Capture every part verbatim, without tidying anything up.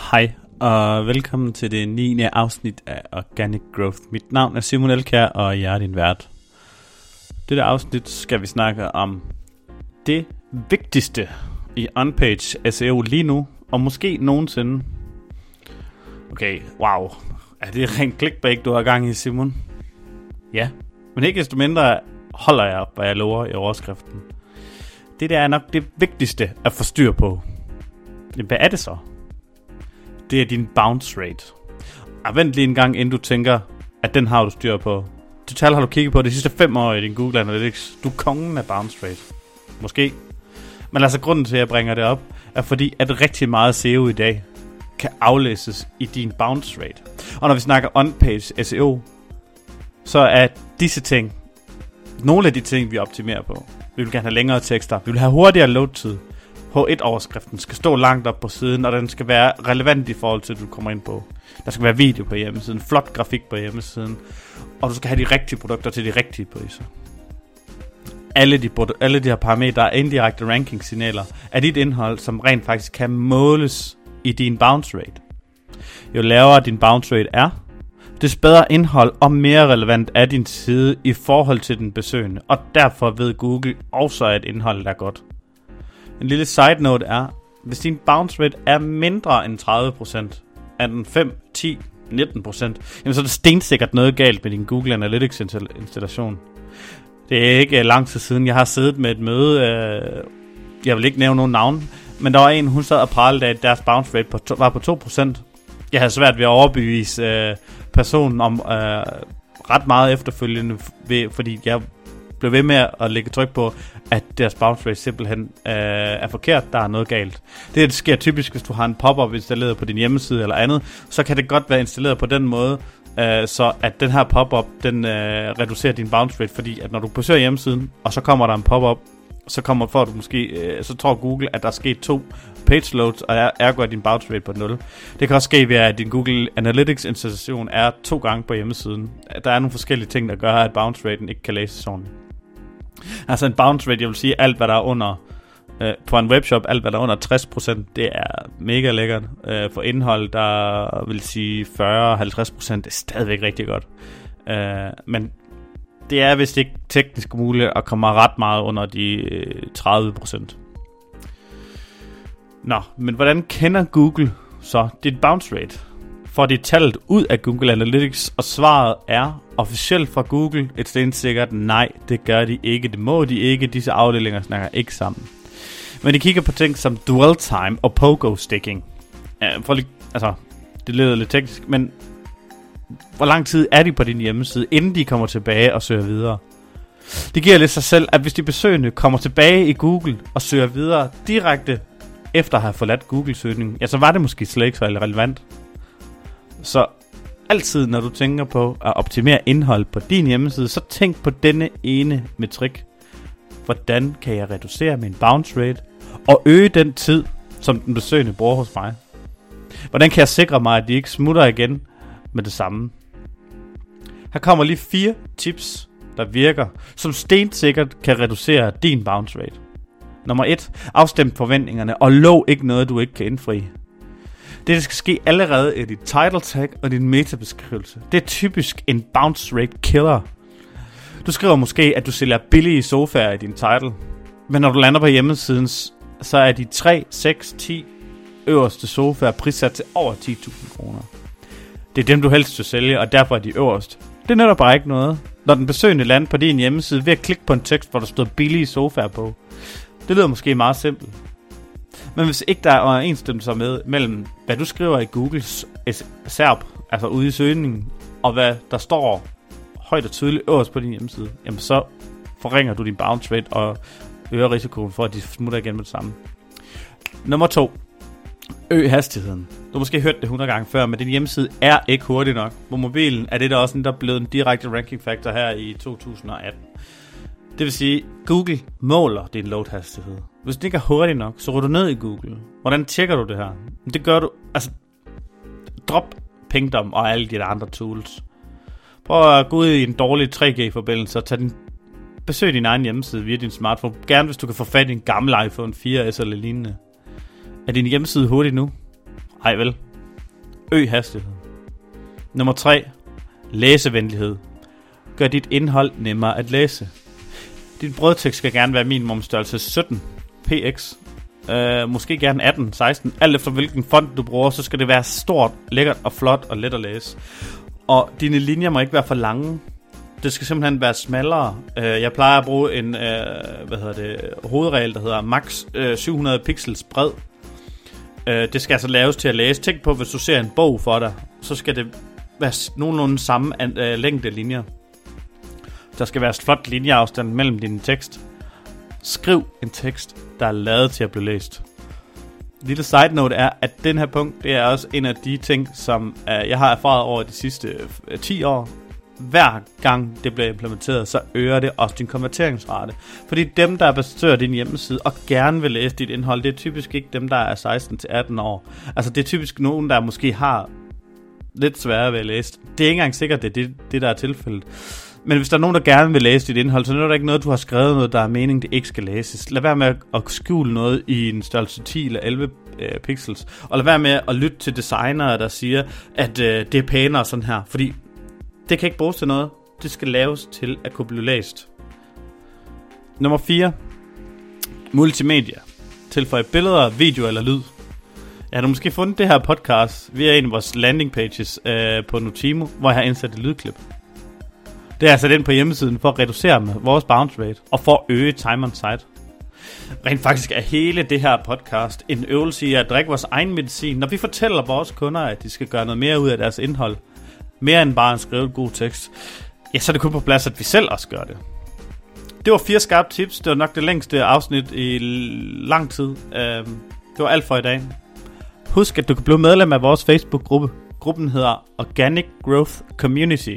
Hej, og velkommen til det niende afsnit af Organic Growth. Mit navn er Simon Elkjær, og jeg er din vært. Dette afsnit skal vi snakke om det vigtigste i on-page S E O lige nu, og måske nogensinde. Okay, wow. Er det rent clickbait, du har gang i, Simon? Ja, men ikke desto mindre holder jeg op, hvad jeg lover i overskriften. Det der er nok det vigtigste at få styr på. Hvad er det så? Det er din bounce rate. Og vent lige en gang, inden du tænker, at den har du styr på. Det tal har du kigget på de sidste fem år i din Google Analytics. Du er kongen af bounce rate. Måske. Men altså grunden til, at jeg bringer det op, er fordi, at rigtig meget S E O i dag kan aflæses i din bounce rate. Og når vi snakker on-page S E O, så er disse ting nogle af de ting, vi optimerer på. Vi vil gerne have længere tekster. Vi vil have hurtigere load-tid. H et-overskriften skal stå langt op på siden, og den skal være relevant i forhold til, at du kommer ind på. Der skal være video på hjemmesiden, flot grafik på hjemmesiden, og du skal have de rigtige produkter til de rigtige priser. Alle de, alle de her parametre er indirekte ranking-signaler af dit indhold, som rent faktisk kan måles i din bounce rate. Jo lavere din bounce rate er, des bedre indhold og mere relevant er din side i forhold til den besøgende, og derfor ved Google også, at indholdet er godt. En lille side note er, hvis din bounce rate er mindre end tredive procent, er den fem, ti, nitten procent, jamen så er det stensikkert noget galt med din Google Analytics installation. Det er ikke lang tid siden, jeg har siddet med et møde, øh, jeg vil ikke nævne nogen navn, men der var en, hun sad og pralede af, at deres bounce rate på to, var på to procent. Jeg havde svært ved at overbevise øh, personen om øh, ret meget efterfølgende, ved, fordi jeg blev ved med at lægge tryk på, at deres bounce rate simpelthen øh, er forkert, der er noget galt. Det sker typisk, hvis du har en pop-up installeret på din hjemmeside eller andet, så kan det godt være installeret på den måde, øh, så at den her pop-up, den øh, reducerer din bounce rate, fordi at når du besøger hjemmesiden, og så kommer der en pop-up, så kommer for du måske, øh, så tror Google, at der er sket to page loads, og er, ergo er din bounce rate på nul. Det kan også ske ved, at din Google Analytics installation er to gange på hjemmesiden. Der er nogle forskellige ting, der gør, at bounce raten ikke kan læses ordentligt. Altså en bounce rate, jeg vil sige, alt hvad der er under, øh, på en webshop, alt hvad der er under tres procent, det er mega lækkert. Øh, for indhold, der vil sige fyrre til halvtreds procent, det er stadigvæk rigtig godt. Øh, men det er vist ikke teknisk muligt at komme ret meget under de øh, tredive procent. Nå, men hvordan kender Google så dit bounce rate? Får de tallet ud af Google Analytics, og svaret er officielt fra Google et stensikkert nej, det gør de ikke, det må de ikke, disse afdelinger snakker ikke sammen. Men de kigger på ting som dwell time og pogo sticking. Ja, for lige, altså, det lyder lidt teknisk, men hvor lang tid er de på din hjemmeside, inden de kommer tilbage og søger videre? Det giver lidt sig selv, at hvis de besøgende kommer tilbage i Google og søger videre direkte efter at have forladt Google-søgningen, ja, så var det måske slet ikke så relevant. Så altid, når du tænker på at optimere indhold på din hjemmeside, så tænk på denne ene metrik. Hvordan kan jeg reducere min bounce rate og øge den tid, som den besøgende bruger hos mig? Hvordan kan jeg sikre mig, at de ikke smutter igen med det samme? Her kommer lige fire tips, der virker, som stensikkert kan reducere din bounce rate. Nummer et. Afstem forventningerne og lov ikke noget, du ikke kan indfri. Det skal ske allerede i dit title tag og din metabeskrivelse. Det er typisk en bounce rate killer. Du skriver måske, at du sælger billige sofaer i din title, men når du lander på hjemmesiden, så er de tre, seks, ti øverste sofaer prissat til over ti tusind kroner. Det er dem, du helst vil sælge, og derfor er de øverst. Det nytter bare ikke noget, når den besøgende lander på din hjemmeside ved at klikke på en tekst, hvor der står billige sofaer på. Det lyder måske meget simpelt. Men hvis ikke der er overensstemmelse med mellem, hvad du skriver i Googles S E R P, altså ude i søgningen, og hvad der står højt og tydeligt øverst på din hjemmeside, jamen så forringer du din bounce rate og øger risikoen for, at de smutter igen med det samme. Nummer to. Øg hastigheden. Du har måske hørt det hundrede gange før, men din hjemmeside er ikke hurtig nok. På mobilen er det der også en, der er blevet en direkte ranking factor her i to tusind og atten. Det vil sige, Google måler din load hastighed. Hvis den ikke er hurtig nok, så ruller du ned i Google. Hvordan tjekker du det her? Det gør du, altså, drop Pingdom og alle de andre tools. Prøv at gå ud i en dårlig tre G-forbindelse og tage din, besøg din egen hjemmeside via din smartphone. Gerne hvis du kan få fat i en gammel iPhone fire S eller lignende. Er din hjemmeside hurtig nu? Ej vel. Øg hastigheden. Nummer tre. Læsevenlighed. Gør dit indhold nemmere at læse. Din brødtekst skal gerne være minimum størrelse sytten px. Uh, måske gerne atten, seksten. Alt efter hvilken font du bruger, så skal det være stort, lækkert og flot og let at læse. Og dine linjer må ikke være for lange. Det skal simpelthen være smallere. Uh, jeg plejer at bruge en uh, hvad hedder det, hovedregel, der hedder max uh, syv hundrede pixels bred. Uh, det skal altså laves til at læse. Tænk på, hvis du ser en bog for dig, så skal det være nogenlunde samme uh, længde linjer. Der skal være flot linjeafstand mellem din tekst. Skriv en tekst, der er lavet til at blive læst. Lille side note er, at den her punkt, det er også en af de ting, som uh, jeg har erfaret over de sidste uh, ti år. Hver gang det bliver implementeret, så øger det også din konverteringsrate. Fordi dem, der besøger din hjemmeside og gerne vil læse dit indhold, det er typisk ikke dem, der er seksten til atten år. Altså det er typisk nogen, der måske har lidt sværere ved at læse. Det er ikke engang sikkert, det er det, det der er tilfældet. Men hvis der er nogen, der gerne vil læse dit indhold, så er der ikke noget, du har skrevet noget, der er mening, det ikke skal læses. Lad være med at skjule noget i en størrelse ti eller elleve øh, pixels. Og lad være med at lytte til designere, der siger, at øh, det er pænere sådan her. Fordi det kan ikke bruges til noget. Det skal laves til at kunne blive læst. Nummer fire. Multimedia. Tilføj billeder, video eller lyd. Jeg har måske fundet det her podcast via en af vores landing pages øh, på Notimo, hvor jeg har indsat et lydklip. Det er altså den på hjemmesiden for at reducere med vores bounce rate og for at øge time on site. Rent faktisk er hele det her podcast en øvelse i at drikke vores egen medicin, når vi fortæller vores kunder, at de skal gøre noget mere ud af deres indhold. Mere end bare at skrive en god tekst. Ja, så er det kun på plads, at vi selv også gør det. Det var fire skarpe tips. Det var nok det længste afsnit i lang tid. Det var alt for i dag. Husk, at du kan blive medlem af vores Facebook-gruppe. Gruppen hedder Organic Growth Community.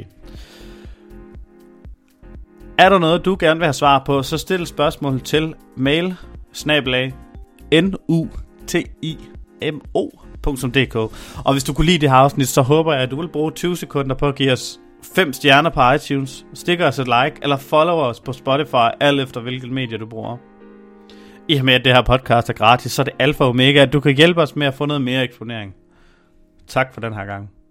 Er der noget, du gerne vil have svar på, så stil spørgsmål til mail snabel-a nutimo punktum dk. Og hvis du kunne lide det her afsnit, så håber jeg, at du vil bruge tyve sekunder på at give os fem stjerner på iTunes, stikker os et like, eller follow os på Spotify, alt efter hvilket medie du bruger. I og med, at det her podcast er gratis, så er det alfa og omega, at du kan hjælpe os med at få noget mere eksponering. Tak for den her gang.